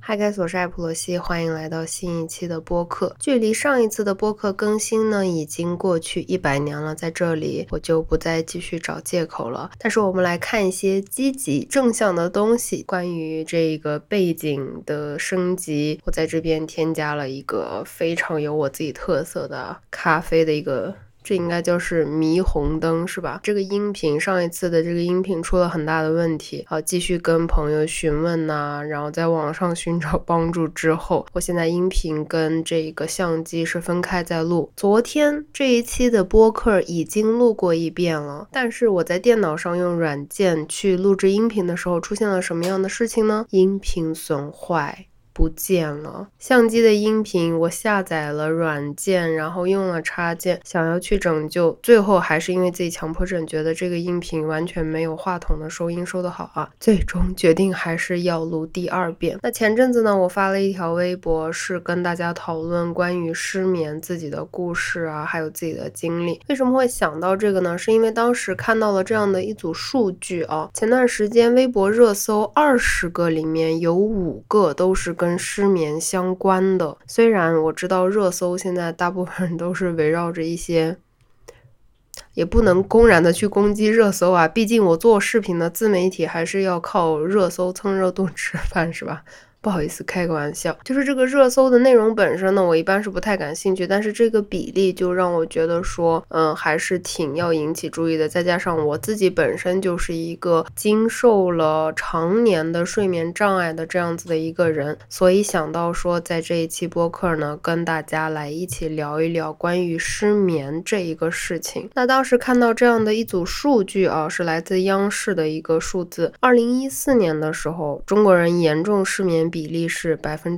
嗨guys，我是艾普罗西，欢迎来到新一期的播客。距离上一次的播客更新呢，已经过去100年了，在这里我就不再继续找借口了。但是我们来看一些积极正向的东西。关于这个背景的升级，我在这边添加了一个非常有我自己特色的咖啡的一个。这应该就是霓虹灯是吧？这个音频上一次的这个音频出了很大的问题，继续跟朋友询问呐，然后在网上寻找帮助之后，我现在音频跟这个相机是分开在录。昨天这一期的播客已经录过一遍了，但是我在电脑上用软件去录制音频的时候，出现了什么样的事情呢？音频损坏。不见了，相机的音频我下载了软件，然后用了插件，想要去拯救，最后还是因为自己强迫症，觉得这个音频完全没有话筒的收音收得好啊，最终决定还是要录第2遍。那前阵子呢，我发了一条微博，是跟大家讨论关于失眠自己的故事啊，还有自己的经历。为什么会想到这个呢？是因为当时看到了这样的一组数据啊，前段时间微博热搜20个里面有5个都是跟失眠相关的。虽然我知道热搜现在大部分人都是围绕着一些，也不能公然的去攻击热搜啊，毕竟我做视频的自媒体还是要靠热搜蹭热度吃饭是吧？不好意思，开个玩笑。就是这个热搜的内容本身呢，我一般是不太感兴趣，但是这个比例就让我觉得说还是挺要引起注意的。再加上我自己本身就是一个经受了常年的睡眠障碍的这样子的一个人，所以想到说在这一期播客呢，跟大家来一起聊一聊关于失眠这一个事情。那当时看到这样的一组数据啊，是来自央视的一个数字，2014年的时候，中国人严重失眠比例是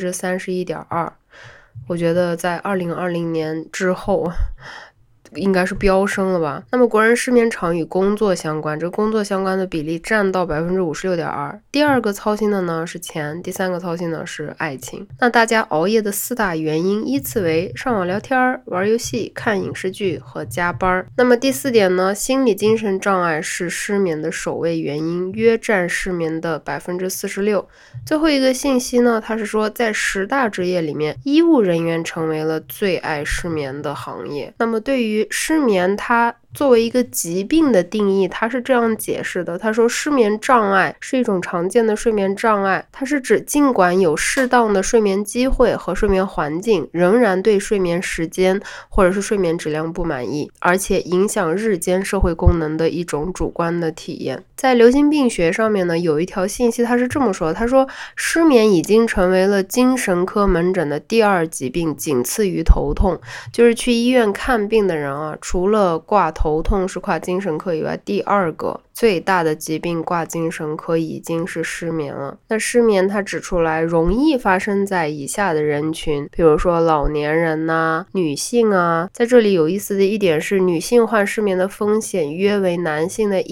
31.2%，我觉得在2020年之后应该是飙升了吧。那么国人失眠常与工作相关，这个工作相关的比例占到56.2%。第2个操心的呢是钱，第3个操心的是爱情。那大家熬夜的4大原因依次为上网聊天、玩游戏、看影视剧和加班。那么第4点呢，心理精神障碍是失眠的首位原因，约占失眠的46%。最后一个信息呢，它是说在10大职业里面，医务人员成为了最爱失眠的行业。那么对于失眠，它作为一个疾病的定义，它是这样解释的，他说失眠障碍是一种常见的睡眠障碍，它是指尽管有适当的睡眠机会和睡眠环境，仍然对睡眠时间或者是睡眠质量不满意，而且影响日间社会功能的一种主观的体验。在流行病学上面呢，有一条信息，他是这么说，他说失眠已经成为了精神科门诊的第2疾病，仅次于头痛。就是去医院看病的人啊，除了挂头痛是挂精神科以外，第2个最大的疾病挂精神科已经是失眠了。那失眠它指出来容易发生在以下的人群，比如说老年人呐、女性啊。在这里有意思的一点是，女性患失眠的风险约为男性的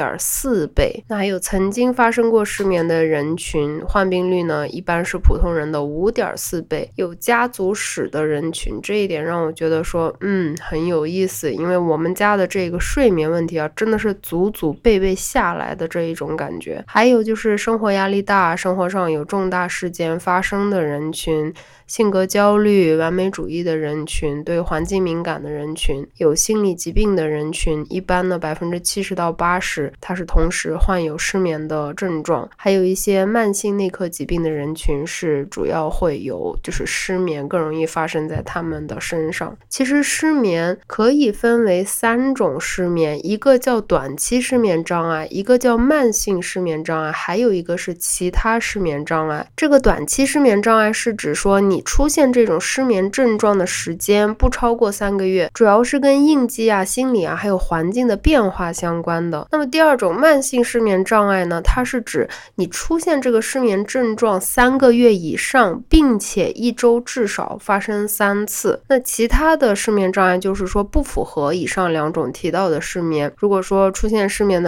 1.4倍。那还有曾经发生过失眠的人群，患病率呢一般是普通人的5.4倍。有家族史的人群，这一点让我觉得说很有意思，因为我们家的这个睡眠问题啊，真的是祖祖辈辈下来的这一种感觉。还有就是生活压力大，生活上有重大事件发生的人群，性格焦虑、完美主义的人群，对环境敏感的人群，有心理疾病的人群，一般呢70%到80%它是同时患有失眠的症状。还有一些慢性内科疾病的人群是主要会有就是失眠更容易发生在他们的身上。其实失眠可以分为3种失眠，一个叫短期失眠障碍，一个叫慢性失眠障碍，还有一个是其他失眠障碍。这个短期失眠障碍是指说你出现这种失眠症状的时间不超过3个月，主要是跟应激啊、心理啊还有环境的变化相关的。那么第2种慢性失眠障碍呢，它是指你出现这个失眠症状3个月以上，并且1周至少发生3次。那其他的失眠障碍就是说不符合以上2种提到的失眠。如果说出现失眠的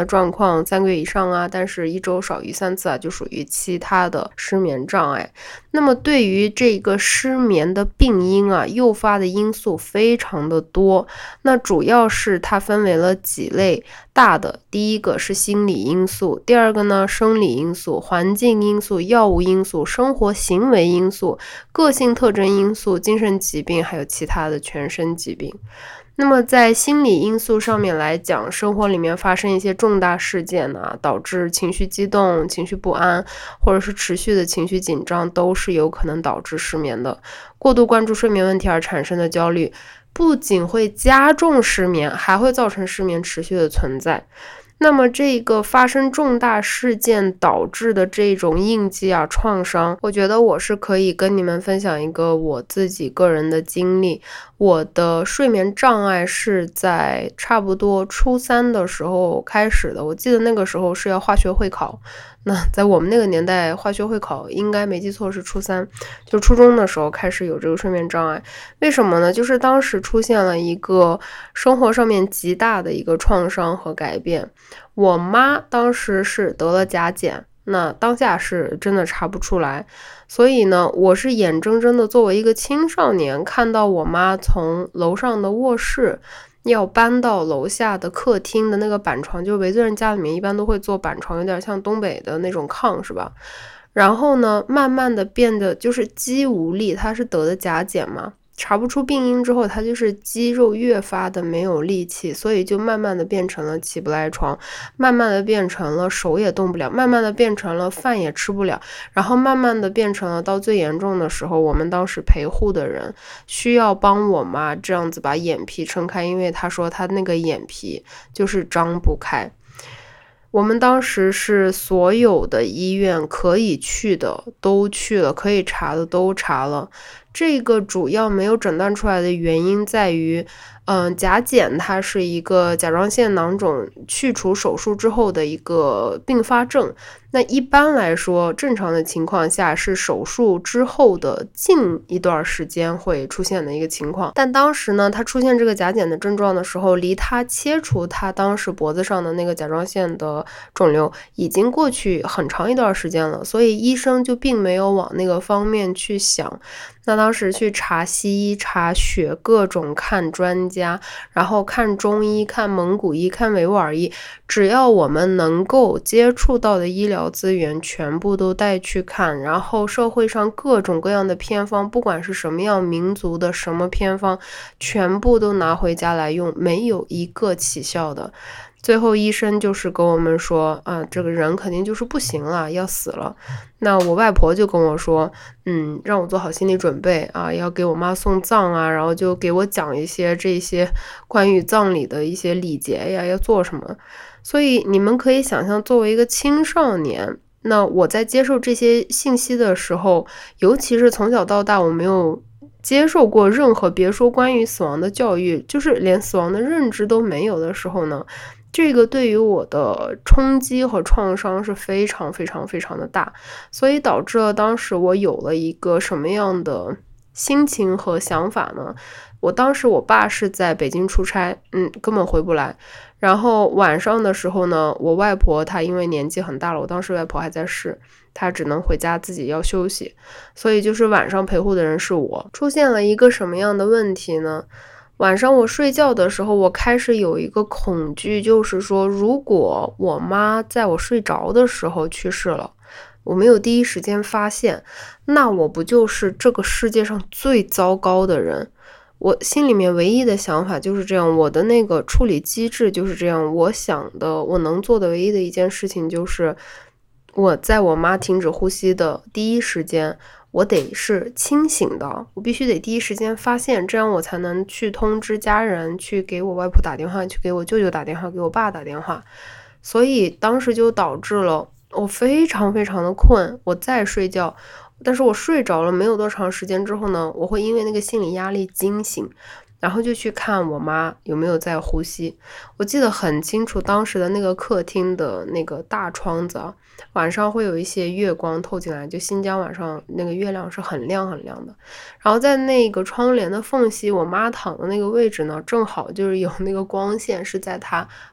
状况3个月以上啊，但是1周少于3次啊，就属于其他的失眠障碍。那么对于这个失眠的病因啊，诱发的因素非常的多，那主要是它分为了几类大的，第一个是心理因素，第二个呢生理因素、环境因素、药物因素、生活行为因素、个性特征因素、精神疾病，还有其他的全身疾病。那么在心理因素上面来讲，生活里面发生一些重大事件呢，导致情绪激动、情绪不安，或者是持续的情绪紧张，都是有可能导致失眠的。过度关注睡眠问题而产生的焦虑，不仅会加重失眠，还会造成失眠持续的存在。那么这个发生重大事件导致的这种印记啊、创伤，我觉得我是可以跟你们分享一个我自己个人的经历。我的睡眠障碍是在差不多初3的时候开始的，我记得那个时候是要化学会考，那在我们那个年代化学会考应该没记错是初3，就初中的时候开始有这个睡眠障碍。为什么呢？就是当时出现了一个生活上面极大的一个创伤和改变。我妈当时是得了甲减，那当下是真的查不出来，所以呢，我是眼睁睁的作为一个青少年，看到我妈从楼上的卧室要搬到楼下的客厅的那个板床，就维族人家里面一般都会做板床，有点像东北的那种炕是吧？然后呢，慢慢的变得就是肌无力，她是得的甲减嘛。查不出病因之后，他就是肌肉越发的没有力气，所以就慢慢的变成了起不来床，慢慢的变成了手也动不了，慢慢的变成了饭也吃不了，然后慢慢的变成了到最严重的时候，我们当时陪护的人需要帮我妈这样子把眼皮撑开，因为他说他那个眼皮就是张不开。我们当时是所有的医院可以去的都去了，可以查的都查了。这个主要没有诊断出来的原因在于，甲减它是一个甲状腺囊肿去除手术之后的一个并发症。那一般来说，正常的情况下是手术之后的近一段时间会出现的一个情况。但当时呢，他出现这个甲减的症状的时候，离他切除他当时脖子上的那个甲状腺的肿瘤已经过去很长一段时间了，所以医生就并没有往那个方面去想。那当时去查西医、查血，各种看专家，然后看中医、看蒙古医、看维吾尔医，只要我们能够接触到的医疗资源全部都带去看，然后社会上各种各样的偏方，不管是什么样民族的什么偏方，全部都拿回家来用，没有一个起效的。最后医生就是跟我们说，这个人肯定就是不行了，要死了。那我外婆就跟我说，让我做好心理准备啊，要给我妈送葬啊，然后就给我讲一些这些关于葬礼的一些礼节呀，要做什么。所以你们可以想象，作为一个青少年，那我在接受这些信息的时候，尤其是从小到大我没有接受过任何，别说关于死亡的教育，就是连死亡的认知都没有的时候呢，这个对于我的冲击和创伤是非常非常非常的大，所以导致了当时我有了一个什么样的心情和想法呢？当时我爸是在北京出差，根本回不来。然后晚上的时候呢，我外婆她因为年纪很大了，我当时外婆还在世，她只能回家自己要休息，所以就是晚上陪护的人是我。出现了一个什么样的问题呢？晚上我睡觉的时候，我开始有一个恐惧，就是说，如果我妈在我睡着的时候去世了，我没有第一时间发现，那我不就是这个世界上最糟糕的人？我心里面唯一的想法就是这样，我的那个处理机制就是这样。我想的，我能做的唯一的一件事情就是，我在我妈停止呼吸的第一时间，我得是清醒的，我必须得第一时间发现，这样我才能去通知家人，去给我外婆打电话，去给我舅舅打电话，给我爸打电话。所以当时就导致了我非常非常的困，我再睡觉，但是我睡着了没有多长时间之后呢，我会因为那个心理压力惊醒，然后就去看我妈有没有在呼吸。我记得很清楚，当时的那个客厅的那个大窗子啊，晚上会有一些月光透进来，就新疆晚上那个月亮是很亮很亮的。然后在那个窗帘的缝隙，我妈躺的那个位置呢，正好就是有那个光线是在她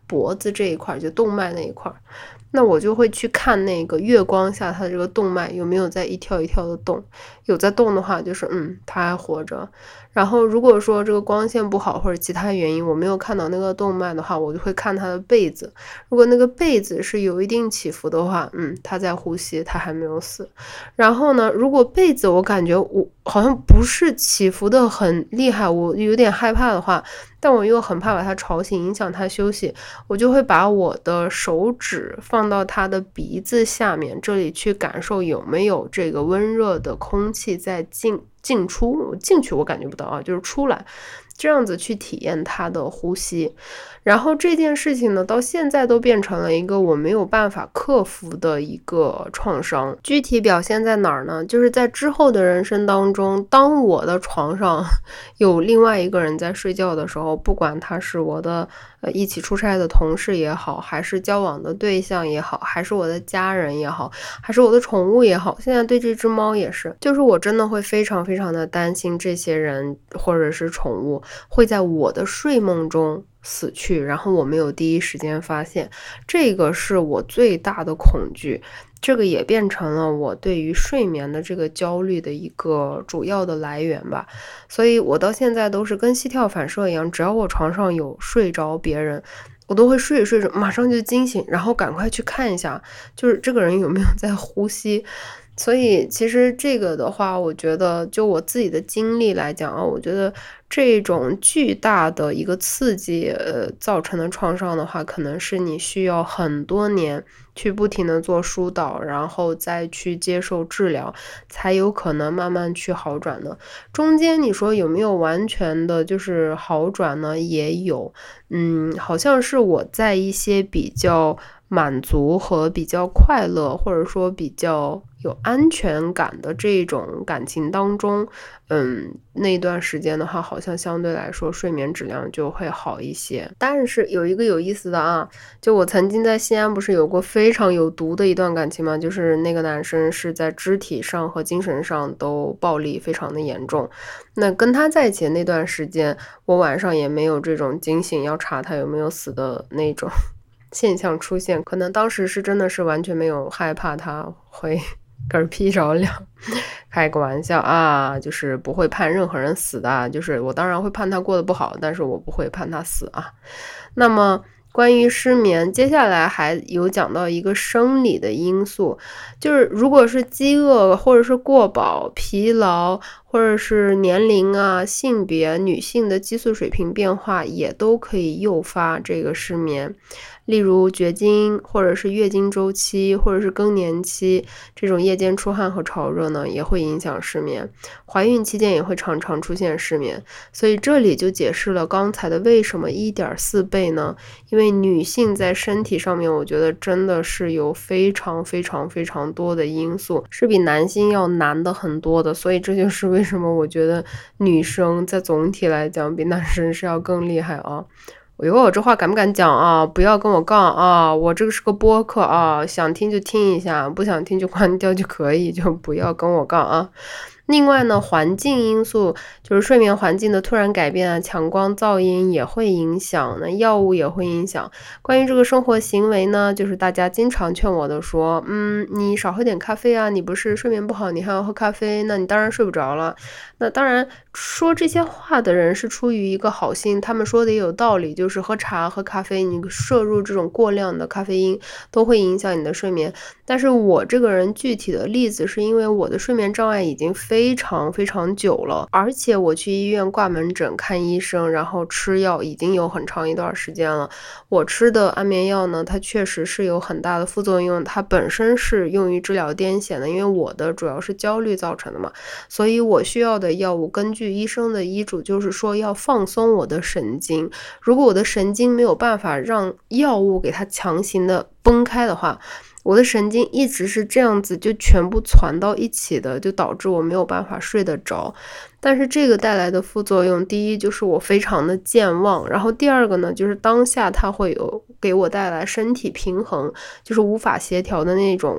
脖子这一块，就动脉那一块。那我就会去看那个月光下它的这个动脉有没有在一跳一跳的动，有在动的话就是它还活着。然后如果说这个光线不好或者其他原因我没有看到那个动脉的话，我就会看它的被子，如果那个被子是有一定起伏的话，它在呼吸，它还没有死。然后呢，如果被子我感觉我好像不是起伏的很厉害，我有点害怕的话，但我又很怕把它吵醒影响它休息，我就会把我的手指放到它的鼻子下面，这里去感受有没有这个温热的空气在进出，进去我感觉不到啊，就是出来，这样子去体验它的呼吸。然后这件事情呢，到现在都变成了一个我没有办法克服的一个创伤。具体表现在哪儿呢？就是在之后的人生当中，当我的床上有另外一个人在睡觉的时候，不管他是我的一起出差的同事也好，还是交往的对象也好，还是我的家人也好，还是我的宠物也好，现在对这只猫也是，就是我真的会非常非常的担心这些人或者是宠物会在我的睡梦中死去，然后我没有第一时间发现，这个是我最大的恐惧，这个也变成了我对于睡眠的这个焦虑的一个主要的来源吧。所以我到现在都是跟膝跳反射一样，只要我床上有睡着别人，我都会睡着睡着马上就惊醒，然后赶快去看一下，就是这个人有没有在呼吸。所以其实这个的话，我觉得就我自己的经历来讲啊，我觉得这种巨大的一个刺激造成的创伤的话，可能是你需要很多年去不停的做疏导，然后再去接受治疗，才有可能慢慢去好转的。中间你说有没有完全的就是好转呢？也有，好像是我在一些比较满足和比较快乐，或者说比较有安全感的这种感情当中，那段时间的话，好像相对来说睡眠质量就会好一些。但是有一个有意思的啊，就我曾经在西安不是有过非常有毒的一段感情吗？就是那个男生是在肢体上和精神上都暴力非常的严重。那跟他在一起的那段时间，我晚上也没有这种惊醒要查他有没有死的那种现象出现，可能当时是真的是完全没有害怕他会嗝屁着凉，开个玩笑啊，就是不会判任何人死的，就是我当然会判他过得不好，但是我不会判他死啊。那么关于失眠，接下来还有讲到一个生理的因素，就是如果是饥饿或者是过饱、疲劳，或者是年龄啊、性别、女性的激素水平变化，也都可以诱发这个失眠。例如绝经，或者是月经周期，或者是更年期，这种夜间出汗和潮热呢，也会影响失眠。怀孕期间也会常常出现失眠，所以这里就解释了刚才的为什么1.4倍呢？因为女性在身体上面，我觉得真的是有非常非常非常多的因素，是比男性要难的很多的，所以这就是为什么我觉得女生在总体来讲比男生是要更厉害啊。我这话敢不敢讲啊？不要跟我杠啊！我这个是个播客啊，想听就听一下，不想听就关掉就可以，就不要跟我杠啊。另外呢，环境因素就是睡眠环境的突然改变啊，强光、噪音也会影响，那药物也会影响。关于这个生活行为呢，就是大家经常劝我的说，你少喝点咖啡啊，你不是睡眠不好，你还要喝咖啡，那你当然睡不着了。那当然说这些话的人是出于一个好心，他们说的也有道理，就是喝茶、喝咖啡，你摄入这种过量的咖啡因都会影响你的睡眠。但是我这个人具体的例子是因为我的睡眠障碍已经非常非常久了，而且我去医院挂门诊看医生，然后吃药已经有很长一段时间了。我吃的安眠药呢，它确实是有很大的副作用，它本身是用于治疗癫痫的，因为我的主要是焦虑造成的嘛，所以我需要的药物根据医生的医嘱就是说要放松我的神经，如果我的神经没有办法让药物给它强行的崩开的话，我的神经一直是这样子就全部攒到一起的，就导致我没有办法睡得着。但是这个带来的副作用，第一就是我非常的健忘，然后第二个呢，就是当下它会有给我带来身体平衡，就是无法协调的那种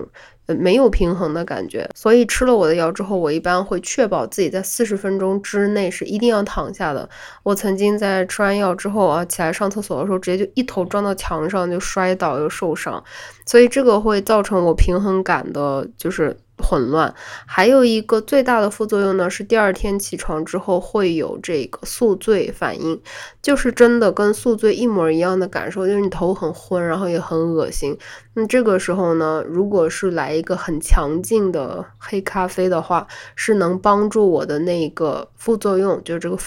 没有平衡的感觉。所以吃了我的药之后，我一般会确保自己在40分钟之内是一定要躺下的。我曾经在吃完药之后啊，起来上厕所的时候，直接就一头撞到墙上，就摔倒又受伤，所以这个会造成我平衡感的就是混乱。还有一个最大的副作用呢，是第二天起床之后会有这个宿醉反应，就是真的跟宿醉一模一样的感受，就是你头很昏，然后也很恶心。那这个时候呢，如果是来一个很强劲的黑咖啡的话，是能帮助我的那个副作用，就是这个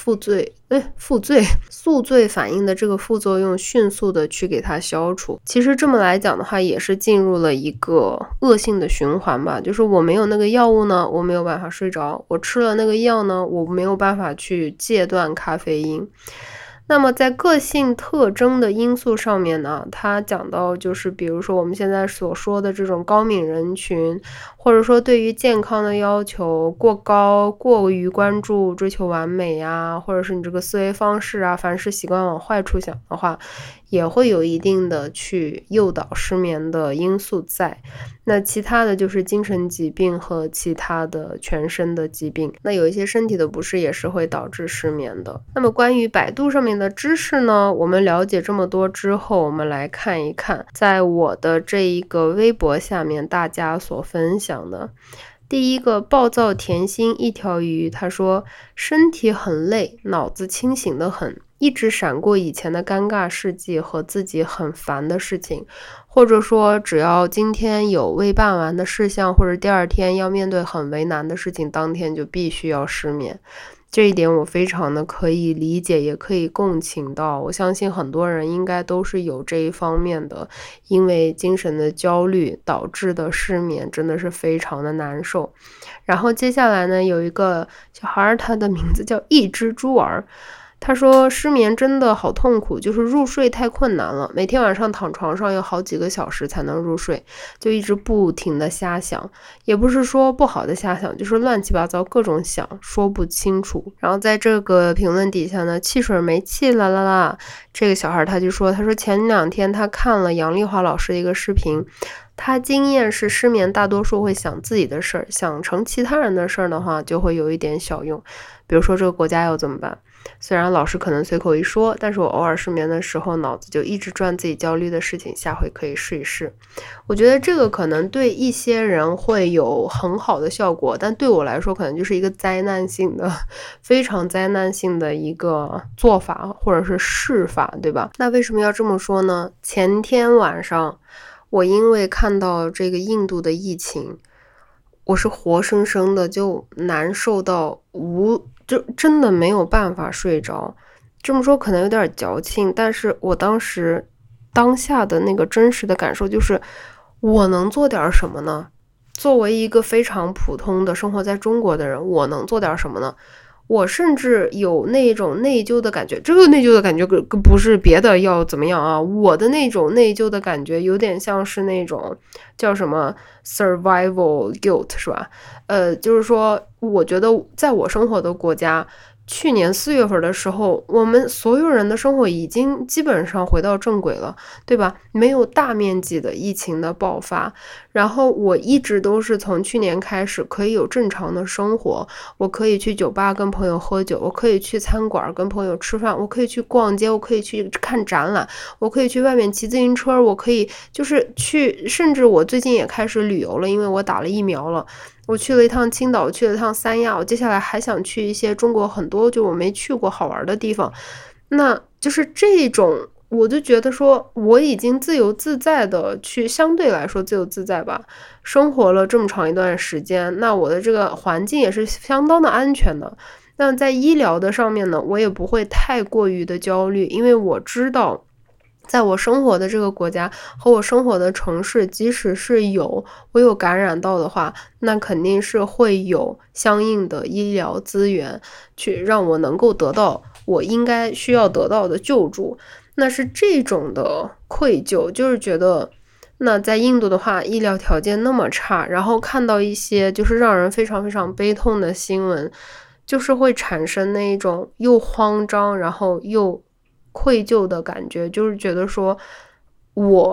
宿醉反应的这个副作用迅速的去给它消除。其实这么来讲的话，也是进入了一个恶性的循环吧，就是我没有那个药物呢，我没有办法睡着，我吃了那个药呢，我没有办法去戒断咖啡因。那么在个性特征的因素上面呢，它讲到就是比如说我们现在所说的这种高敏人群，或者说对于健康的要求过高，过于关注追求完美呀，或者是你这个思维方式啊，凡事习惯往坏处想的话，也会有一定的去诱导失眠的因素在。那其他的就是精神疾病和其他的全身的疾病，那有一些身体的不适也是会导致失眠的。那么关于百度上面的知识呢，我们了解这么多之后，我们来看一看在我的这一个微博下面大家所分享的。第一个暴躁甜心一条鱼，他说身体很累，脑子清醒得很，一直闪过以前的尴尬事迹和自己很烦的事情，或者说只要今天有未办完的事项，或者第二天要面对很为难的事情，当天就必须要失眠。这一点我非常的可以理解，也可以共情到，我相信很多人应该都是有这一方面的，因为精神的焦虑导致的失眠真的是非常的难受。然后接下来呢，有一个小孩，他的名字叫一只猪儿，他说失眠真的好痛苦，就是入睡太困难了，每天晚上躺床上要好几个小时才能入睡，就一直不停的瞎想，也不是说不好的瞎想，就是乱七八糟各种想，说不清楚。然后在这个评论底下呢，汽水没气啦啦啦，这个小孩他就说，他说前2天他看了杨丽华老师的一个视频，他经验是失眠大多数会想自己的事儿，想成其他人的事儿的话就会有一点小用，比如说这个国家要怎么办，虽然老师可能随口一说，但是我偶尔失眠的时候脑子就一直转自己焦虑的事情，下回可以试一试。我觉得这个可能对一些人会有很好的效果，但对我来说可能就是一个灾难性的非常灾难性的一个做法或者是试法，对吧？那为什么要这么说呢？前天晚上我因为看到这个印度的疫情，我是活生生的就难受到就真的没有办法睡着。这么说可能有点矫情，但是我当下的那个真实的感受就是，我能做点什么呢？作为一个非常普通的生活在中国的人，我能做点什么呢？我甚至有那种内疚的感觉，这个内疚的感觉不是别的要怎么样啊，我的那种内疚的感觉有点像是那种叫什么 survival guilt 是吧？就是说我觉得在我生活的国家，去年4月份的时候，我们所有人的生活已经基本上回到正轨了，对吧？没有大面积的疫情的爆发，然后我一直都是从去年开始可以有正常的生活，我可以去酒吧跟朋友喝酒，我可以去餐馆跟朋友吃饭，我可以去逛街，我可以去看展览，我可以去外面骑自行车，我可以就是去，甚至我最近也开始旅游了，因为我打了疫苗了。我去了一趟青岛，我去了一趟三亚，我接下来还想去一些中国很多就我没去过好玩的地方。那就是这种，我就觉得说我已经自由自在的去，相对来说自由自在吧，生活了这么长一段时间，那我的这个环境也是相当的安全的。那在医疗的上面呢，我也不会太过于的焦虑，因为我知道在我生活的这个国家和我生活的城市，即使是我有感染到的话，那肯定是会有相应的医疗资源去让我能够得到我应该需要得到的救助。那是这种的愧疚，就是觉得那在印度的话，医疗条件那么差，然后看到一些就是让人非常非常悲痛的新闻，就是会产生那一种又慌张然后又愧疚的感觉，就是觉得说我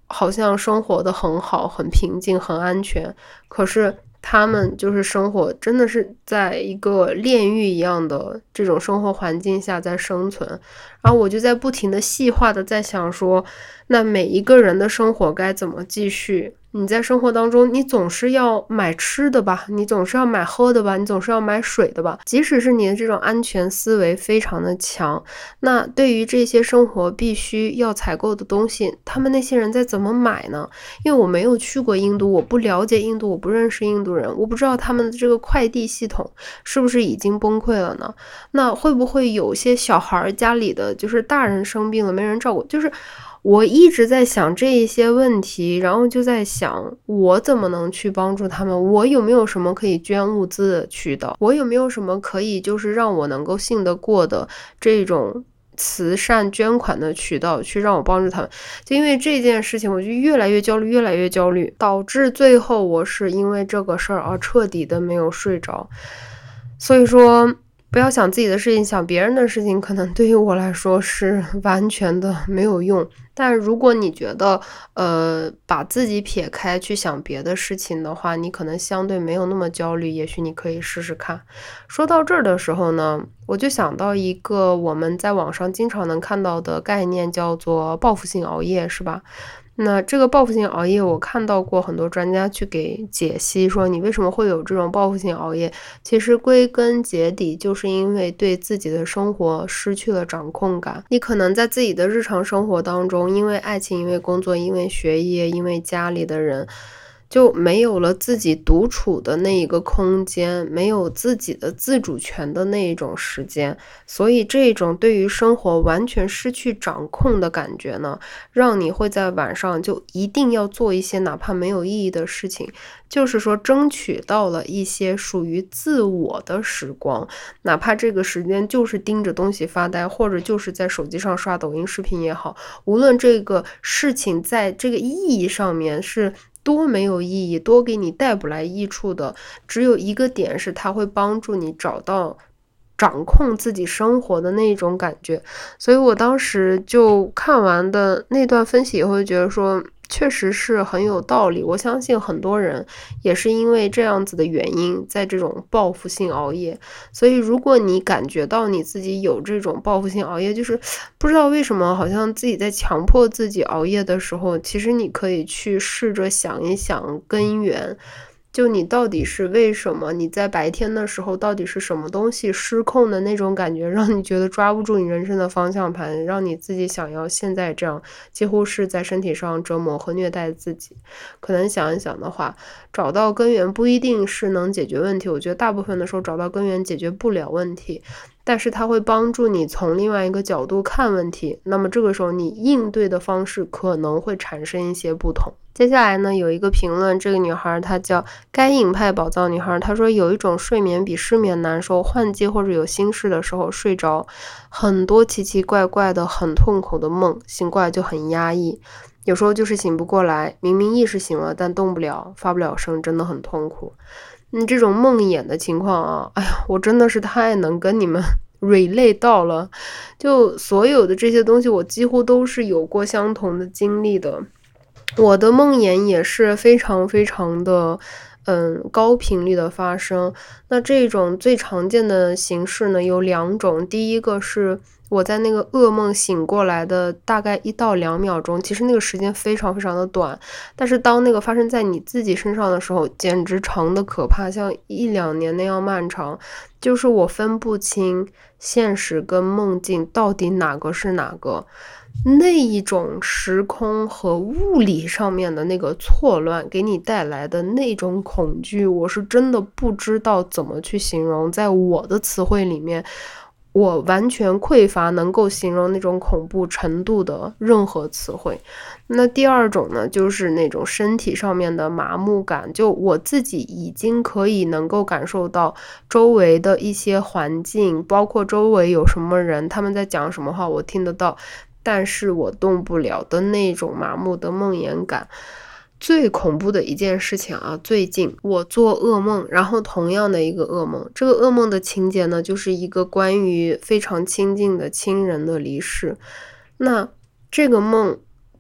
好像生活的很好，很平静，很安全，可是他们就是生活真的是在一个炼狱一样的这种生活环境下在生存。然后我就在不停的细化的在想说，那每一个人的生活该怎么继续。你在生活当中，你总是要买吃的吧，你总是要买喝的吧，你总是要买水的吧，即使是你的这种安全思维非常的强，那对于这些生活必须要采购的东西，他们那些人在怎么买呢？因为我没有去过印度，我不了解印度，我不认识印度人，我不知道他们的这个快递系统是不是已经崩溃了呢？那会不会有些小孩家里的就是大人生病了没人照顾，就是我一直在想这一些问题，然后就在想我怎么能去帮助他们，我有没有什么可以捐物资的渠道，我有没有什么可以就是让我能够信得过的这种慈善捐款的渠道去让我帮助他们。就因为这件事情我就越来越焦虑，越来越焦虑，导致最后我是因为这个事儿而彻底的没有睡着。所以说不要想自己的事情，想别人的事情，可能对于我来说是完全的没有用。但如果你觉得把自己撇开去想别的事情的话，你可能相对没有那么焦虑，也许你可以试试看。说到这儿的时候呢，我就想到一个我们在网上经常能看到的概念，叫做报复性熬夜，是吧？那这个报复性熬夜，我看到过很多专家去给解析，说你为什么会有这种报复性熬夜，其实归根结底就是因为对自己的生活失去了掌控感。你可能在自己的日常生活当中，因为爱情，因为工作，因为学业，因为家里的人，就没有了自己独处的那一个空间，没有自己的自主权的那一种时间，所以这种对于生活完全失去掌控的感觉呢，让你会在晚上就一定要做一些哪怕没有意义的事情，就是说争取到了一些属于自我的时光，哪怕这个时间就是盯着东西发呆，或者就是在手机上刷抖音视频也好，无论这个事情在这个意义上面是多没有意义，多给你带不来益处的，只有一个点是它会帮助你找到掌控自己生活的那种感觉。所以我当时就看完的那段分析以后，觉得说确实是很有道理。我相信很多人也是因为这样子的原因，在这种报复性熬夜。所以如果你感觉到你自己有这种报复性熬夜，就是不知道为什么好像自己在强迫自己熬夜的时候，其实你可以去试着想一想根源，就你到底是为什么，你在白天的时候到底是什么东西失控的那种感觉，让你觉得抓不住你人生的方向盘，让你自己想要现在这样几乎是在身体上折磨和虐待自己。可能想一想的话，找到根源不一定是能解决问题，我觉得大部分的时候找到根源解决不了问题，但是它会帮助你从另外一个角度看问题，那么这个时候你应对的方式可能会产生一些不同。接下来呢，有一个评论，这个女孩她叫该隐派宝藏女孩，她说有一种睡眠比失眠难受，换季或者有心事的时候睡着，很多奇奇怪怪的很痛苦的梦，醒过来就很压抑，有时候就是醒不过来，明明意识醒了但动不了，发不了声，真的很痛苦。这种梦魇的情况啊，哎呀，我真的是太能跟你们relate 到了，就所有的这些东西我几乎都是有过相同的经历的。我的梦魇也是非常非常的高频率的发生。那这种最常见的形式呢有两种，第一个是我在那个噩梦醒过来的大概1到2秒钟，其实那个时间非常非常的短，但是当那个发生在你自己身上的时候，简直长的可怕，像1-2年那样漫长，就是我分不清现实跟梦境到底哪个是哪个。那一种时空和物理上面的那个错乱给你带来的那种恐惧，我是真的不知道怎么去形容，在我的词汇里面我完全匮乏能够形容那种恐怖程度的任何词汇。那第二种呢，就是那种身体上面的麻木感，就我自己已经可以能够感受到周围的一些环境，包括周围有什么人，他们在讲什么话，我听得到，但是我动不了的那种麻木的梦魇感。最恐怖的一件事情啊，最近我做噩梦，然后同样的一个噩梦，这个噩梦的情节呢，就是一个关于非常亲近的亲人的离世。那这个梦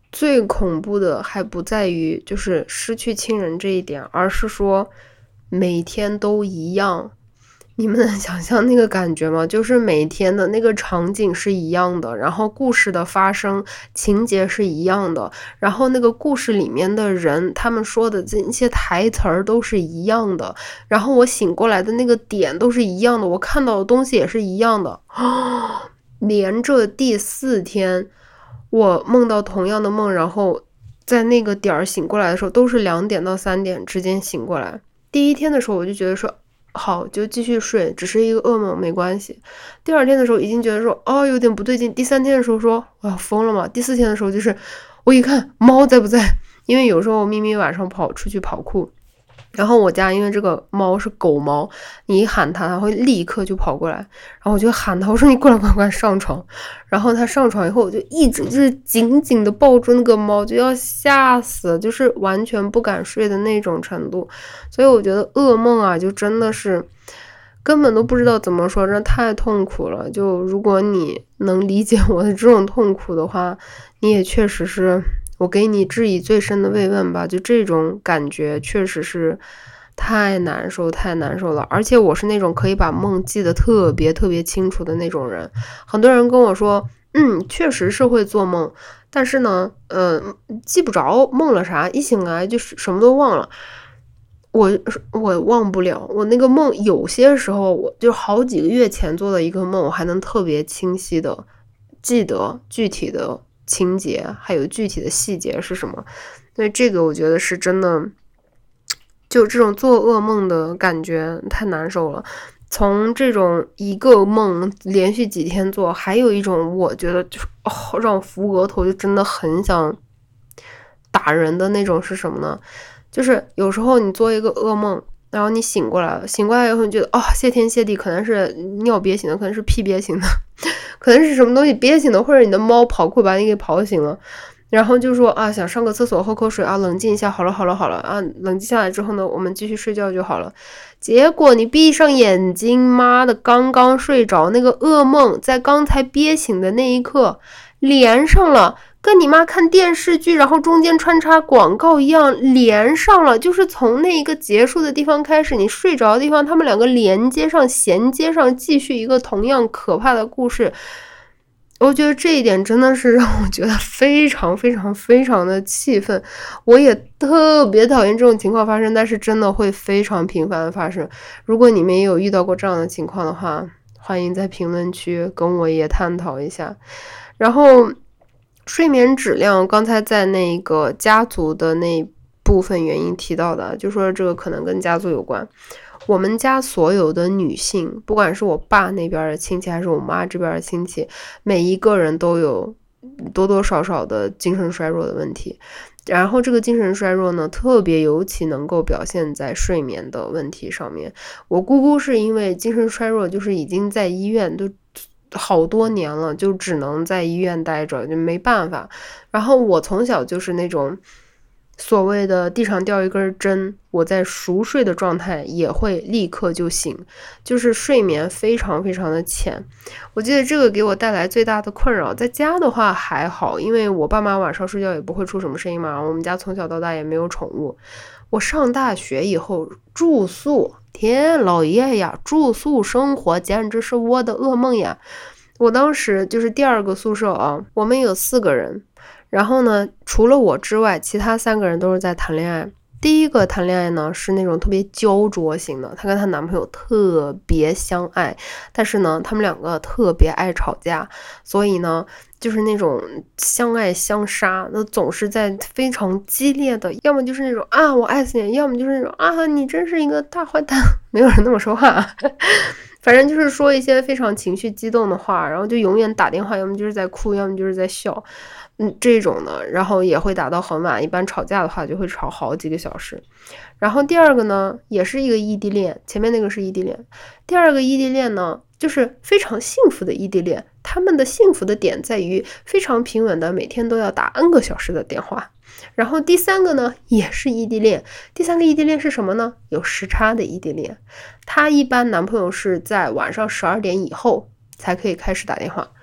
最恐怖的还不在于就是失去亲人这一点，而是说每天都一样。你们能想象那个感觉吗？就是每天的那个场景是一样的，然后故事的发生情节是一样的，然后那个故事里面的人他们说的这些台词儿都是一样的，然后我醒过来的那个点都是一样的，我看到的东西也是一样的。连着第4天我梦到同样的梦，然后在那个点儿醒过来的时候都是2点到3点之间醒过来。第1天的时候我就觉得说好，就继续睡，只是一个噩梦，没关系。第2天的时候已经觉得说有点不对劲。第3天的时候说我要疯了嘛。第4天的时候就是我一看猫在不在，因为有时候咪咪晚上出去跑酷，然后我家因为这个猫是狗猫，你一喊它会立刻就跑过来，然后我就喊它，我说你过来快快上床。然后它上床以后我就一直就是紧紧的抱住那个猫，就要吓死，就是完全不敢睡的那种程度。所以我觉得噩梦啊就真的是根本都不知道怎么说，真的太痛苦了。就如果你能理解我的这种痛苦的话，你也确实是我给你致以最深的慰问吧。就这种感觉确实是太难受太难受了，而且我是那种可以把梦记得特别特别清楚的那种人。很多人跟我说确实是会做梦，但是呢记不着梦了啥，一醒来就什么都忘了。我忘不了，我那个梦有些时候我就好几个月前做的一个梦，我还能特别清晰的记得具体的情节还有具体的细节是什么。所以这个我觉得是真的，就这种做噩梦的感觉太难受了。从这种一个梦连续几天做，还有一种我觉得就是让我扶额头就真的很想打人的那种是什么呢？就是有时候你做一个噩梦，然后你醒过来了，醒过来以后你觉得谢天谢地，可能是尿憋醒的，可能是屁憋醒的，可能是什么东西憋醒的，或者你的猫跑酷把你给跑醒了。然后就说想上个厕所喝口水冷静一下，好了冷静下来之后呢，我们继续睡觉就好了。结果你闭上眼睛，妈的刚刚睡着，那个噩梦在刚才憋醒的那一刻连上了，跟你妈看电视剧然后中间穿插广告一样连上了，就是从那一个结束的地方开始，你睡着的地方他们两个连接上衔接上，继续一个同样可怕的故事。我觉得这一点真的是让我觉得非常非常非常的气愤。我也特别讨厌这种情况发生，但是真的会非常频繁的发生。如果你们也有遇到过这样的情况的话，欢迎在评论区跟我也探讨一下。然后睡眠质量，刚才在那个家族的那部分原因提到的，就说这个可能跟家族有关。我们家所有的女性，不管是我爸那边的亲戚还是我妈这边的亲戚，每一个人都有多多少少的精神衰弱的问题。然后这个精神衰弱呢，特别尤其能够表现在睡眠的问题上面。我姑姑是因为精神衰弱，就是已经在医院都好多年了，就只能在医院待着，就没办法。然后我从小就是那种所谓的地上掉一根针，我在熟睡的状态也会立刻就醒，就是睡眠非常非常的浅。我记得这个给我带来最大的困扰，在家的话还好，因为我爸妈晚上睡觉也不会出什么声音嘛，我们家从小到大也没有宠物。我上大学以后住宿，天老爷呀，住宿生活简直是我的噩梦呀。我当时就是第2个宿舍我们有4个人，然后呢，除了我之外，其他3个人都是在谈恋爱。第一个谈恋爱呢，是那种特别焦灼型的，她跟她男朋友特别相爱，但是呢，他们2个特别爱吵架，所以呢，就是那种相爱相杀，那总是在非常激烈的，要么就是那种我爱死你，要么就是那种你真是一个大坏蛋，没有人那么说话反正就是说一些非常情绪激动的话，然后就永远打电话，要么就是在哭，要么就是在笑。这种的，然后也会打到很晚，一般吵架的话就会吵好几个小时。然后第2个呢，也是一个异地恋，前面那个是异地恋，第2个异地恋呢，就是非常幸福的异地恋，他们的幸福的点在于非常平稳的每天都要打 N 个小时的电话。然后第3个呢，也是异地恋，第3个异地恋是什么呢？有时差的异地恋，他一般男朋友是在晚上12点以后才可以开始打电话。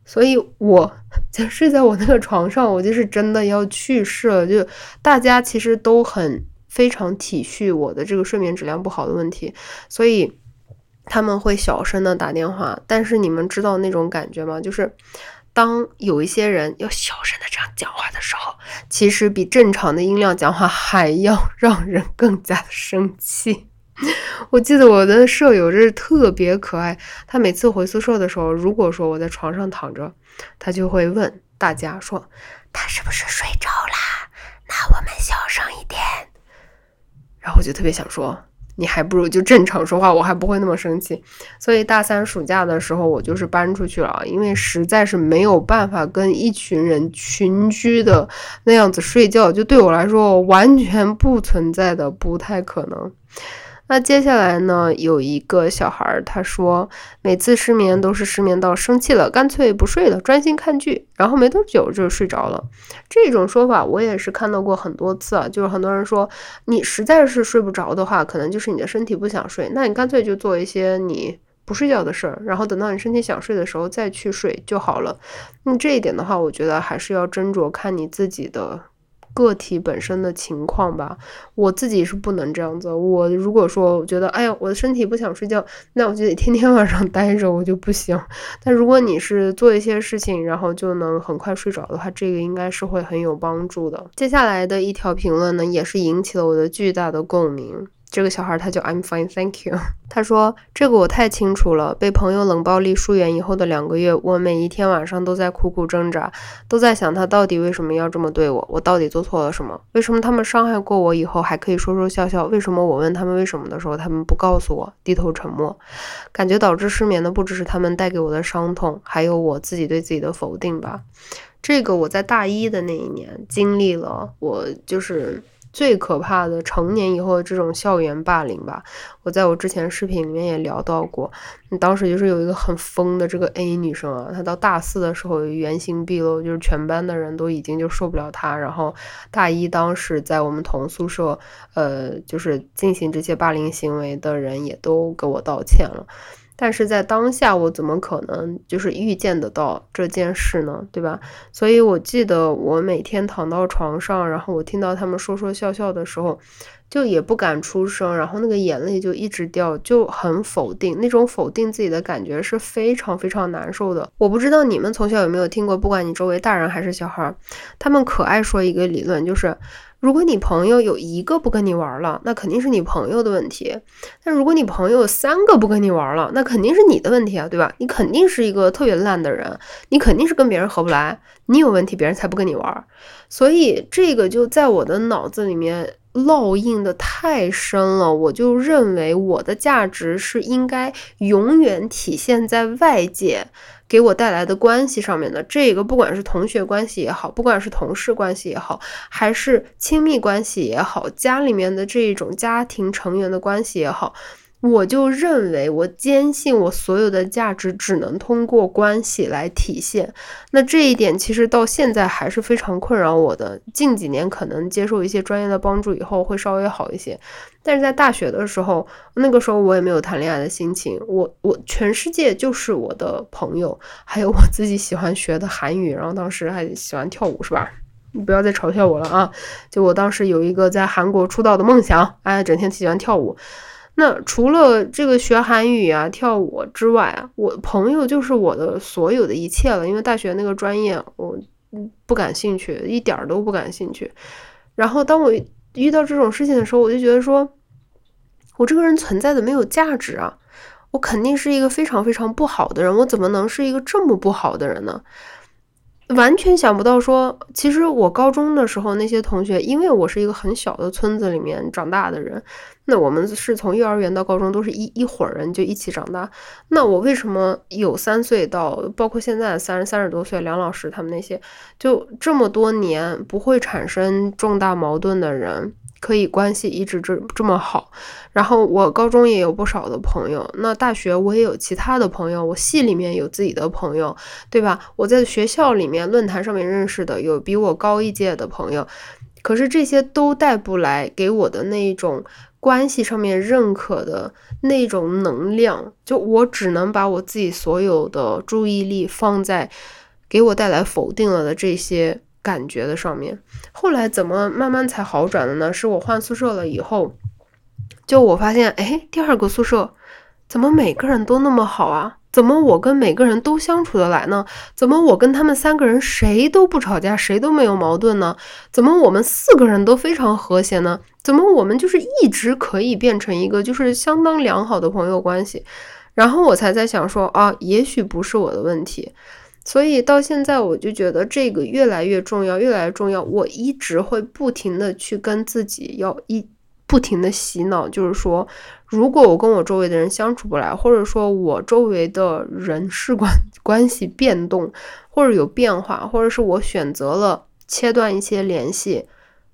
所以我就睡在我那个床上，我就是真的要去世了。就大家其实都非常体恤我的这个睡眠质量不好的问题，所以他们会小声的打电话。但是你们知道那种感觉吗？就是当有一些人要小声的这样讲话的时候，其实比正常的音量讲话还要让人更加的生气。我记得我的舍友就是特别可爱，他每次回宿舍的时候，如果说我在床上躺着，他就会问大家说他是不是睡着啦？那我们小声一点。然后我就特别想说，你还不如就正常说话，我还不会那么生气。所以大3暑假的时候，我就是搬出去了，因为实在是没有办法跟一群人群居的那样子睡觉，就对我来说完全不存在的，不太可能。那接下来呢，有一个小孩他说每次失眠都是失眠到生气了，干脆不睡了，专心看剧，然后没多久就睡着了。这种说法我也是看到过很多次啊，就是很多人说你实在是睡不着的话，可能就是你的身体不想睡，那你干脆就做一些你不睡觉的事儿，然后等到你身体想睡的时候再去睡就好了。这一点的话，我觉得还是要斟酌看你自己的个体本身的情况吧。我自己是不能这样子，我如果说我觉得哎呀我的身体不想睡觉，那我就得天天晚上待着，我就不行。但如果你是做一些事情然后就能很快睡着的话，这个应该是会很有帮助的。接下来的一条评论呢，也是引起了我的巨大的共鸣。这个小孩他叫 I'm fine thank you， 他说这个我太清楚了，被朋友冷暴力疏远以后的2个月，我每一天晚上都在苦苦挣扎，都在想他到底为什么要这么对我，我到底做错了什么，为什么他们伤害过我以后还可以说说笑笑，为什么我问他们为什么的时候他们不告诉我，低头沉默。感觉导致失眠的不只是他们带给我的伤痛，还有我自己对自己的否定吧。这个我在大1的那一年经历了，我就是最可怕的成年以后的这种校园霸凌吧。我在我之前视频里面也聊到过，当时就是有一个很疯的这个 A 女生啊，她到大4的时候原形毕露，就是全班的人都已经就受不了她，然后大1当时在我们同宿舍就是进行这些霸凌行为的人也都给我道歉了。但是在当下我怎么可能就是预见得到这件事呢，对吧？所以我记得我每天躺到床上，然后我听到他们说说笑笑的时候，就也不敢出声，然后那个眼泪就一直掉，就很否定，那种否定自己的感觉是非常非常难受的。我不知道你们从小有没有听过，不管你周围大人还是小孩，他们可爱说一个理论，就是如果你朋友有1个不跟你玩了，那肯定是你朋友的问题。但如果你朋友有3个不跟你玩了，那肯定是你的问题啊，对吧？你肯定是一个特别烂的人，你肯定是跟别人合不来，你有问题，别人才不跟你玩。所以这个就在我的脑子里面烙印的太深了，我就认为我的价值是应该永远体现在外界给我带来的关系上面的。这个不管是同学关系也好，不管是同事关系也好，还是亲密关系也好，家里面的这种家庭成员的关系也好，我就认为我坚信我所有的价值只能通过关系来体现。那这一点其实到现在还是非常困扰我的，近几年可能接受一些专业的帮助以后会稍微好一些，但是在大学的时候，那个时候我也没有谈恋爱的心情，我全世界就是我的朋友，还有我自己喜欢学的韩语，然后当时还喜欢跳舞，是吧？你不要再嘲笑我了啊！就我当时有一个在韩国出道的梦想，哎，整天喜欢跳舞。那除了这个学韩语啊、跳舞之外啊，我朋友就是我的所有的一切了。因为大学那个专业我不感兴趣，一点都不感兴趣。然后当我遇到这种事情的时候，我就觉得说，我这个人存在的没有价值啊！我肯定是一个非常非常不好的人，我怎么能是一个这么不好的人呢？完全想不到说，其实我高中的时候那些同学，因为我是一个很小的村子里面长大的人，那我们是从幼儿园到高中都是一伙人就一起长大。那我为什么有3岁到包括现在30多岁梁老师他们那些，就这么多年不会产生重大矛盾的人，可以关系一直这么好？然后我高中也有不少的朋友，那大学我也有其他的朋友，我系里面有自己的朋友，对吧？我在学校里面论坛上面认识的有比我高一届的朋友， 可是这些都带不来给我的那一种关系上面认可的那种能量，就我只能把我自己所有的注意力放在给我带来否定了的这些感觉的上面。后来怎么慢慢才好转的呢？是我换宿舍了以后，就我发现，第二个宿舍怎么每个人都那么好啊？怎么我跟每个人都相处得来呢？怎么我跟他们3个人谁都不吵架，谁都没有矛盾呢？怎么我们4个人都非常和谐呢？怎么我们就是一直可以变成一个就是相当良好的朋友关系？然后我才在想说也许不是我的问题。所以到现在我就觉得这个越来越重要，越来越重要。我一直会不停的去跟自己不停的洗脑，就是说如果我跟我周围的人相处不来，或者说我周围的人事关系变动或者有变化，或者是我选择了切断一些联系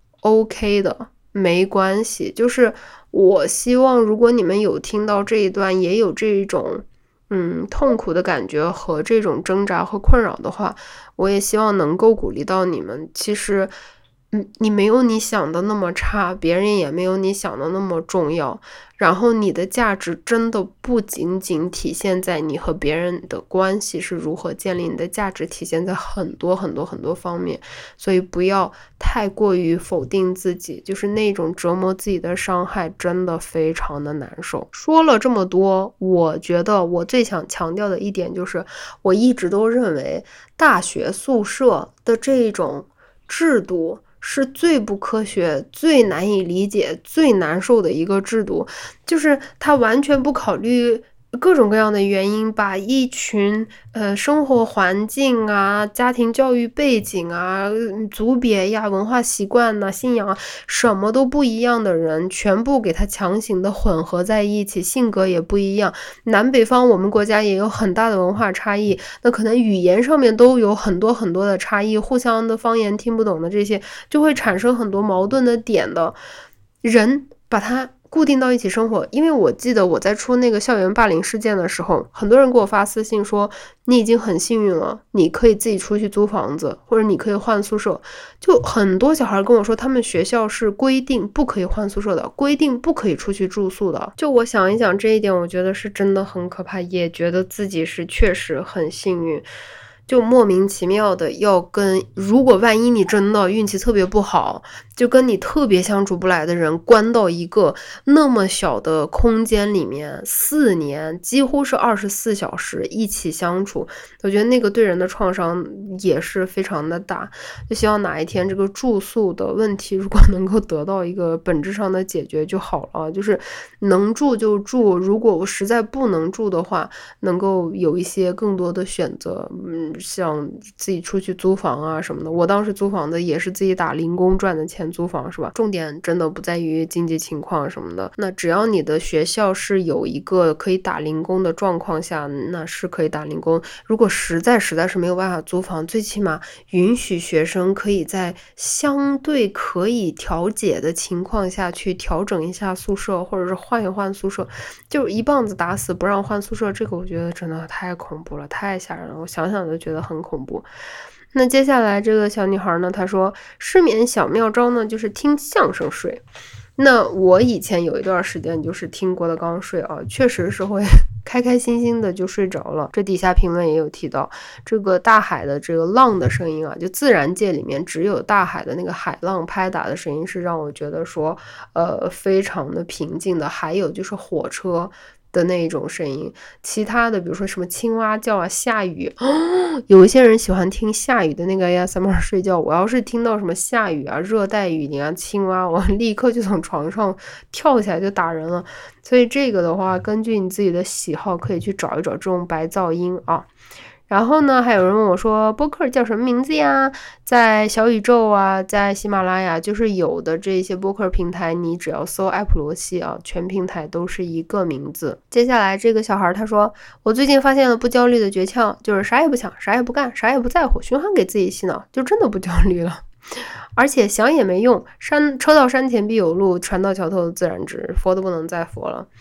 OK 的，没关系。就是我希望如果你们有听到这一段也有这种痛苦的感觉和这种挣扎和困扰的话，我也希望能够鼓励到你们。其实你没有你想的那么差，别人也没有你想的那么重要，然后你的价值真的不仅仅体现在你和别人的关系是如何建立，你的价值体现在很多很多很多方面。所以不要太过于否定自己，就是那种折磨自己的伤害真的非常的难受。说了这么多，我觉得我最想强调的一点就是，我一直都认为大学宿舍的这种制度是最不科学、最难以理解、最难受的一个制度，就是它完全不考虑各种各样的原因，把一群生活环境啊、家庭教育背景啊、族别呀、文化习惯呐、信仰啊，什么都不一样的人，全部给他强行的混合在一起，性格也不一样。南北方我们国家也有很大的文化差异，那可能语言上面都有很多很多的差异，互相的方言听不懂的这些，就会产生很多矛盾的点的。人把它固定到一起生活。因为我记得我在出那个校园霸凌事件的时候，很多人给我发私信说你已经很幸运了，你可以自己出去租房子，或者你可以换宿舍。就很多小孩跟我说他们学校是规定不可以换宿舍的，规定不可以出去住宿的。就我想一想这一点，我觉得是真的很可怕，也觉得自己是确实很幸运。就莫名其妙的要跟，如果万一你真的运气特别不好，就跟你特别相处不来的人关到一个那么小的空间里面4年，几乎是24小时一起相处，我觉得那个对人的创伤也是非常的大。就希望哪一天这个住宿的问题如果能够得到一个本质上的解决就好了，就是能住就住，如果我实在不能住的话，能够有一些更多的选择，像自己出去租房啊什么的。我当时租房的也是自己打零工赚的钱租房，是吧？重点真的不在于经济情况什么的，那只要你的学校是有一个可以打零工的状况下，那是可以打零工。如果实在是没有办法租房，最起码允许学生可以在相对可以调解的情况下去调整一下宿舍，或者是换一换宿舍。就一棒子打死不让换宿舍，这个我觉得真的太恐怖了，太吓人了，我想想就觉得很恐怖。那接下来这个小女孩呢，她说失眠小妙招呢就是听相声睡。那我以前有一段时间就是听郭德纲睡啊，确实是会开开心心的就睡着了。这底下评论也有提到，这个大海的这个浪的声音啊，就自然界里面只有大海的那个海浪拍打的声音是让我觉得说非常的平静的。还有就是火车的那一种声音，其他的比如说什么青蛙叫啊，下雨有一些人喜欢听下雨的那个 ASMR 睡觉，我要是听到什么下雨啊、热带雨林啊、青蛙，我立刻就从床上跳起来就打人了。所以这个的话，根据你自己的喜好可以去找一找这种白噪音啊。然后呢，还有人问我说播客叫什么名字呀？在小宇宙啊，在喜马拉雅，就是有的这些播客平台，你只要搜艾普罗西啊，全平台都是一个名字。接下来这个小孩他说，我最近发现了不焦虑的诀窍，就是啥也不想，啥也不干，啥也不在乎，循环给自己洗脑，就真的不焦虑了。而且想也没用，车到山前必有路，船到桥头自然直，佛都不能再佛了。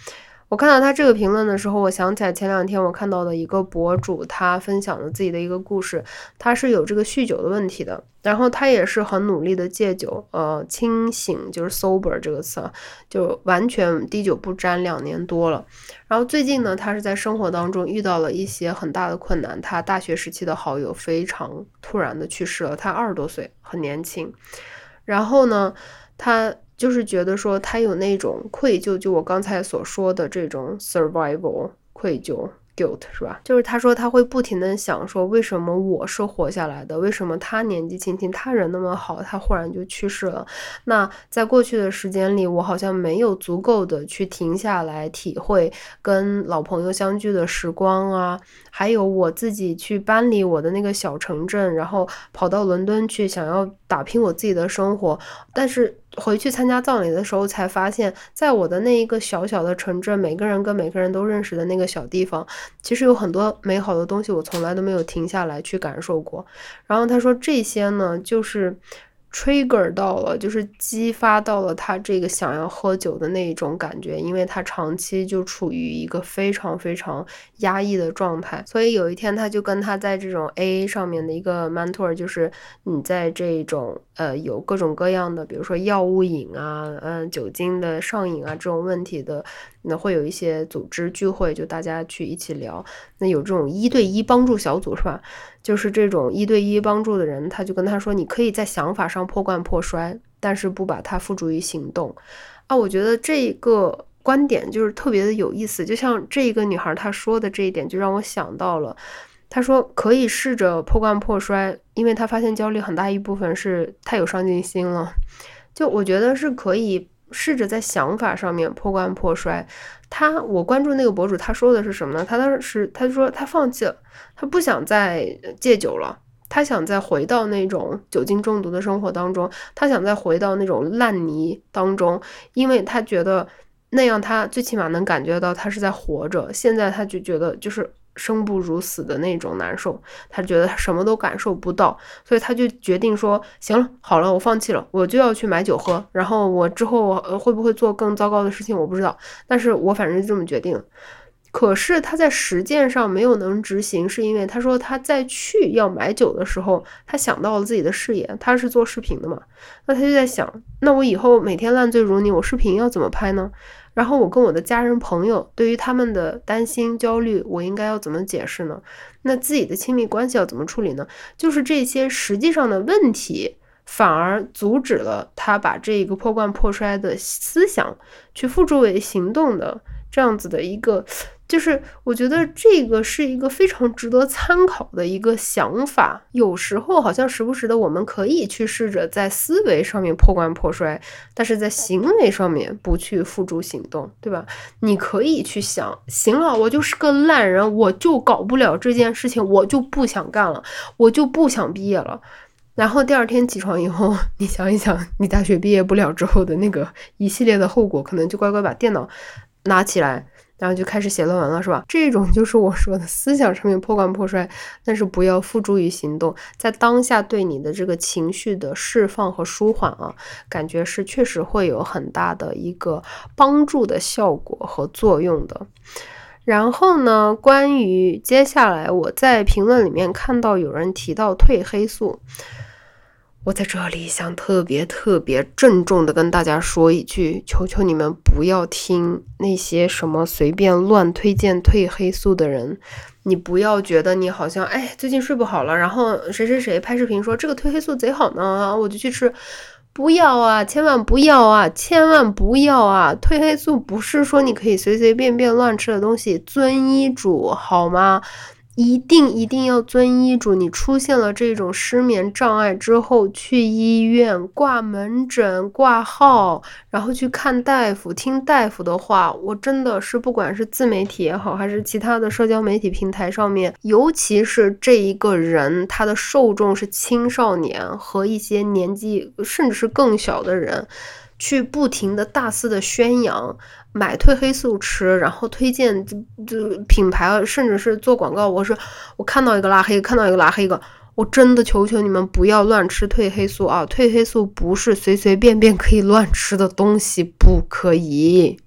我看到他这个评论的时候，我想起来前2天我看到的一个博主，他分享了自己的一个故事。他是有这个酗酒的问题的，然后他也是很努力的戒酒，清醒就是 sober 这个词啊，就完全滴酒不沾2年多了。然后最近呢，他是在生活当中遇到了一些很大的困难，他大学时期的好友非常突然的去世了，他20多岁，很年轻。然后呢，他就是觉得说他有那种愧疚，就我刚才所说的这种 survival 愧疚 guilt 是吧？就是他说他会不停的想说，为什么我是活下来的？为什么他年纪轻轻，他人那么好，他忽然就去世了？那在过去的时间里，我好像没有足够的去停下来体会跟老朋友相聚的时光啊，还有我自己去搬离我的那个小城镇，然后跑到伦敦去想要打拼我自己的生活，但是回去参加葬礼的时候才发现，在我的那一个小小的城镇，每个人跟每个人都认识的那个小地方，其实有很多美好的东西我从来都没有停下来去感受过。然后他说这些呢，就是trigger 到了，就是激发到了他这个想要喝酒的那一种感觉，因为他长期就处于一个非常非常压抑的状态。所以有一天他就跟他在这种 AA 上面的一个 mentor， 就是你在这种有各种各样的比如说药物瘾啊酒精的上瘾啊这种问题的，那会有一些组织聚会，就大家去一起聊。那有这种1对1帮助小组是吧？就是这种1对1帮助的人，他就跟他说，你可以在想法上破罐破摔，但是不把它付诸于行动啊。我觉得这个观点就是特别的有意思，就像这个女孩她说的这一点就让我想到了，她说可以试着破罐破摔，因为她发现焦虑很大一部分是太有上进心了，就我觉得是可以试着在想法上面破罐破摔。我关注那个博主，他说的是什么呢？他说他放弃了，他不想再戒酒了，他想再回到那种酒精中毒的生活当中，他想再回到那种烂泥当中，因为他觉得那样他最起码能感觉到他是在活着。现在他就觉得就是生不如死的那种难受，他觉得他什么都感受不到，所以他就决定说行了，好了，我放弃了，我就要去买酒喝，然后我之后会不会做更糟糕的事情我不知道，但是我反正就这么决定了。可是他在实践上没有能执行，是因为他说他在去要买酒的时候，他想到了自己的事业，他是做视频的嘛，那他就在想，那我以后每天烂醉如泥，我视频要怎么拍呢？然后我跟我的家人朋友对于他们的担心焦虑，我应该要怎么解释呢？那自己的亲密关系要怎么处理呢？就是这些实际上的问题反而阻止了他把这个破罐破摔的思想去付诸为行动的这样子的一个，就是我觉得这个是一个非常值得参考的一个想法。有时候好像时不时的我们可以去试着在思维上面破罐破摔，但是在行为上面不去付诸行动，对吧？你可以去想，行了，我就是个烂人，我就搞不了这件事情，我就不想干了，我就不想毕业了。然后第2天起床以后，你想一想，你大学毕业不了之后的那个一系列的后果，可能就乖乖把电脑拿起来，然后就开始写论文了，是吧？这种就是我说的思想上面破罐破摔，但是不要付诸于行动，在当下对你的这个情绪的释放和舒缓啊，感觉是确实会有很大的一个帮助的效果和作用的。然后呢，关于接下来我在评论里面看到有人提到褪黑素，我在这里想特别郑重的跟大家说一句，求求你们不要听那些什么随便乱推荐褪黑素的人。你不要觉得你好像最近睡不好了，然后谁谁谁拍视频说这个褪黑素贼好呢，我就去吃。不要啊，千万不要啊，千万不要啊！褪黑素不是说你可以随随便便乱吃的东西，遵医嘱好吗？一定要遵医嘱。你出现了这种失眠障碍之后，去医院挂门诊挂号，然后去看大夫，听大夫的话。我真的是不管是自媒体也好，还是其他的社交媒体平台上面，尤其是这一个人他的受众是青少年和一些年纪甚至是更小的人，去不停的大肆的宣扬买褪黑素吃，然后推荐品牌，甚至是做广告。我看到一个拉黑，看到一个拉黑一个，我真的求求你们不要乱吃褪黑素啊！褪黑素不是随随便便可以乱吃的东西，不可以。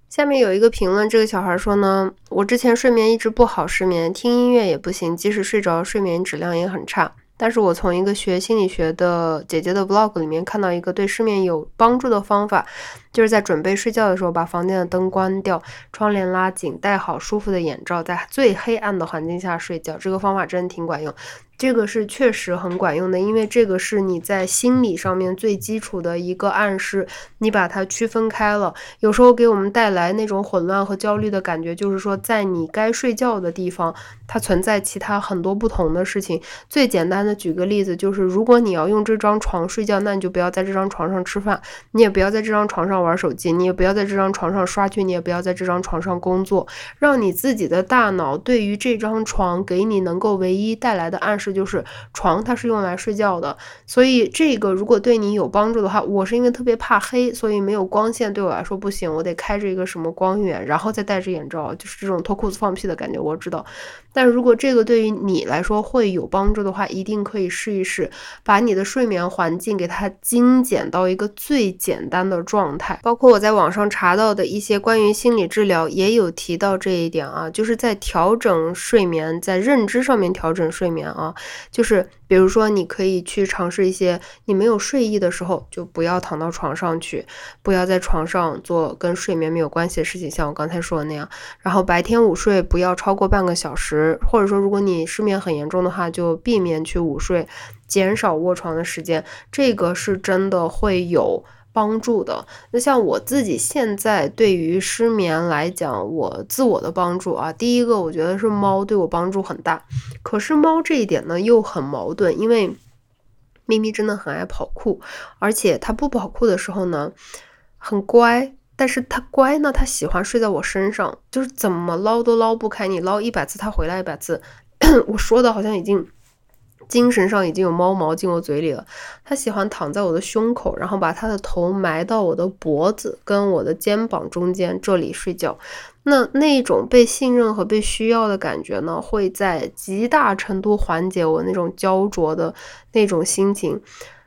下面有一个评论，这个小孩说呢，我之前睡眠一直不好失眠，听音乐也不行，即使睡着，睡眠质量也很差。但是我从一个学心理学的姐姐的 vlog 里面看到一个对失眠有帮助的方法，就是在准备睡觉的时候把房间的灯关掉，窗帘拉紧，戴好舒服的眼罩，在最黑暗的环境下睡觉。这个方法真的挺管用。这个是确实很管用的，因为这个是你在心理上面最基础的一个暗示，你把它区分开了。有时候给我们带来那种混乱和焦虑的感觉，就是说在你该睡觉的地方，它存在其他很多不同的事情。最简单的举个例子，就是如果你要用这张床睡觉，那你就不要在这张床上吃饭，你也不要在这张床上玩手机，你也不要在这张床上刷剧，你也不要在这张床上工作，让你自己的大脑对于这张床给你能够唯一带来的暗示就是床它是用来睡觉的。所以这个如果对你有帮助的话，我是因为特别怕黑，所以没有光线对我来说不行，我得开着一个什么光源，然后再戴着眼罩，就是这种脱裤子放屁的感觉，我知道。但如果这个对于你来说会有帮助的话，一定可以试一试，把你的睡眠环境给它精简到一个最简单的状态。包括我在网上查到的一些关于心理治疗也有提到这一点啊，就是在调整睡眠，在认知上面调整睡眠啊，就是比如说你可以去尝试一些你没有睡意的时候就不要躺到床上去，不要在床上做跟睡眠没有关系的事情，像我刚才说的那样，然后白天午睡不要超过半个小时，或者说如果你失眠很严重的话，就避免去午睡，减少卧床的时间，这个是真的会有帮助的。那像我自己现在对于失眠来讲，我自我的帮助啊，第一个我觉得是猫对我帮助很大，可是猫这一点呢又很矛盾，因为咪咪真的很爱跑酷，而且它不跑酷的时候呢很乖，但是它乖呢，它喜欢睡在我身上，就是怎么捞都捞不开，你捞100次它回来100次。我说的好像已经精神上已经有猫毛进我嘴里了。它喜欢躺在我的胸口，然后把它的头埋到我的脖子跟我的肩膀中间这里睡觉。那种被信任和被需要的感觉呢，会在极大程度缓解我那种焦灼的那种心情。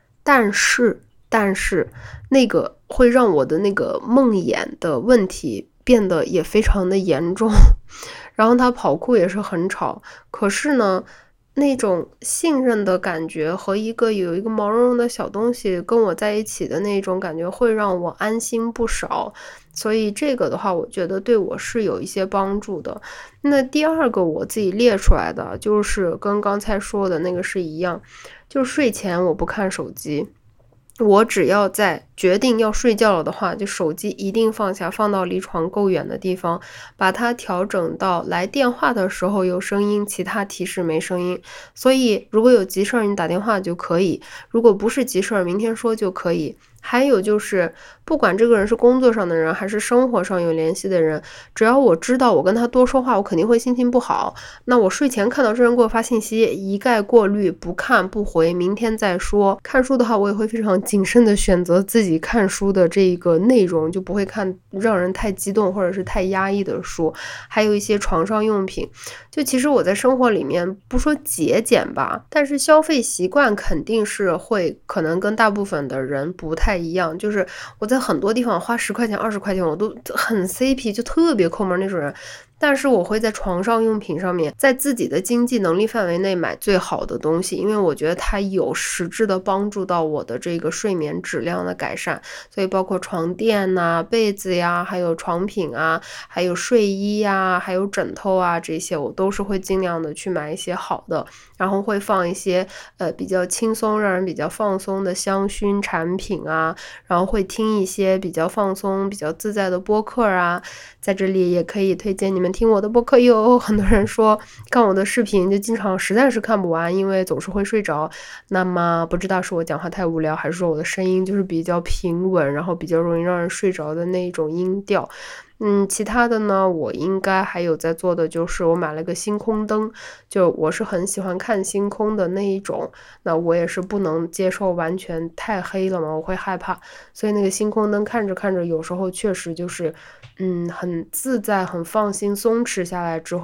但是那个会让我的那个梦魇的问题变得也非常的严重，然后他跑酷也是很吵，可是呢那种信任的感觉和有一个毛茸茸的小东西跟我在一起的那种感觉会让我安心不少，所以这个的话我觉得对我是有一些帮助的。那第二个我自己列出来的就是跟刚才说的那个是一样，就是睡前我不看手机，我只要在决定要睡觉了的话，就手机一定放下，放到离床够远的地方，把它调整到来电话的时候有声音，其他提示没声音。所以如果有急事儿你打电话就可以，如果不是急事儿明天说就可以。还有就是不管这个人是工作上的人还是生活上有联系的人，只要我知道我跟他多说话我肯定会心情不好，那我睡前看到这人给我发信息一概过滤，不看不回，明天再说。看书的话我也会非常谨慎的选择自己看书的这个内容，就不会看让人太激动或者是太压抑的书。还有一些床上用品，就其实我在生活里面不说节俭吧，但是消费习惯肯定是会可能跟大部分的人不太一样，就是我在很多地方花10块钱20块钱我都很 CP， 就特别抠门那种人，但是我会在床上用品上面在自己的经济能力范围内买最好的东西，因为我觉得它有实质的帮助到我的这个睡眠质量的改善。所以包括床垫啊、被子呀，还有床品啊，还有睡衣呀，还有枕头啊，这些我都是会尽量的去买一些好的，然后会放一些比较轻松让人比较放松的香薰产品啊，然后会听一些比较放松比较自在的播客啊。在这里也可以推荐你们听我的播客哟。很多人说看我的视频就经常实在是看不完，因为总是会睡着，那么不知道是我讲话太无聊，还是说我的声音就是比较平稳，然后比较容易让人睡着的那种音调。其他的呢，我应该还有在做的就是我买了个星空灯，就我是很喜欢看星空的那一种，那我也是不能接受完全太黑了嘛，我会害怕，所以那个星空灯看着看着有时候确实就是很自在很放心松弛下来之后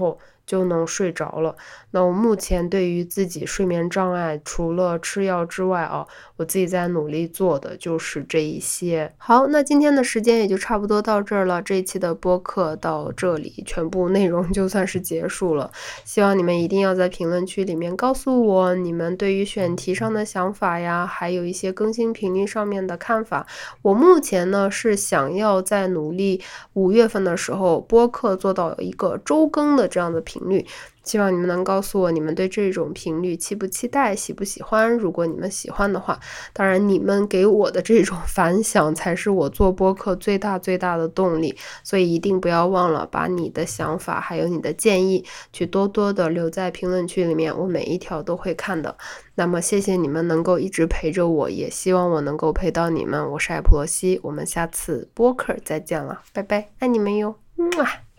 就能睡着了。那我目前对于自己睡眠障碍，除了吃药之外啊，我自己在努力做的就是这一些。好，那今天的时间也就差不多到这儿了，这一期的播客到这里，全部内容就算是结束了。希望你们一定要在评论区里面告诉我你们对于选题上的想法呀，还有一些更新频率上面的看法。我目前呢是想要在努力5月份的时候播客做到一个周更的这样的频率，希望你们能告诉我你们对这种频率期不期待，喜不喜欢。如果你们喜欢的话，当然你们给我的这种反响才是我做播客最大的动力，所以一定不要忘了把你的想法还有你的建议去多多的留在评论区里面，我每一条都会看的。那么谢谢你们能够一直陪着我，也希望我能够陪到你们。我是艾普罗西，我们下次播客再见了，拜拜，爱你们哟，么啊。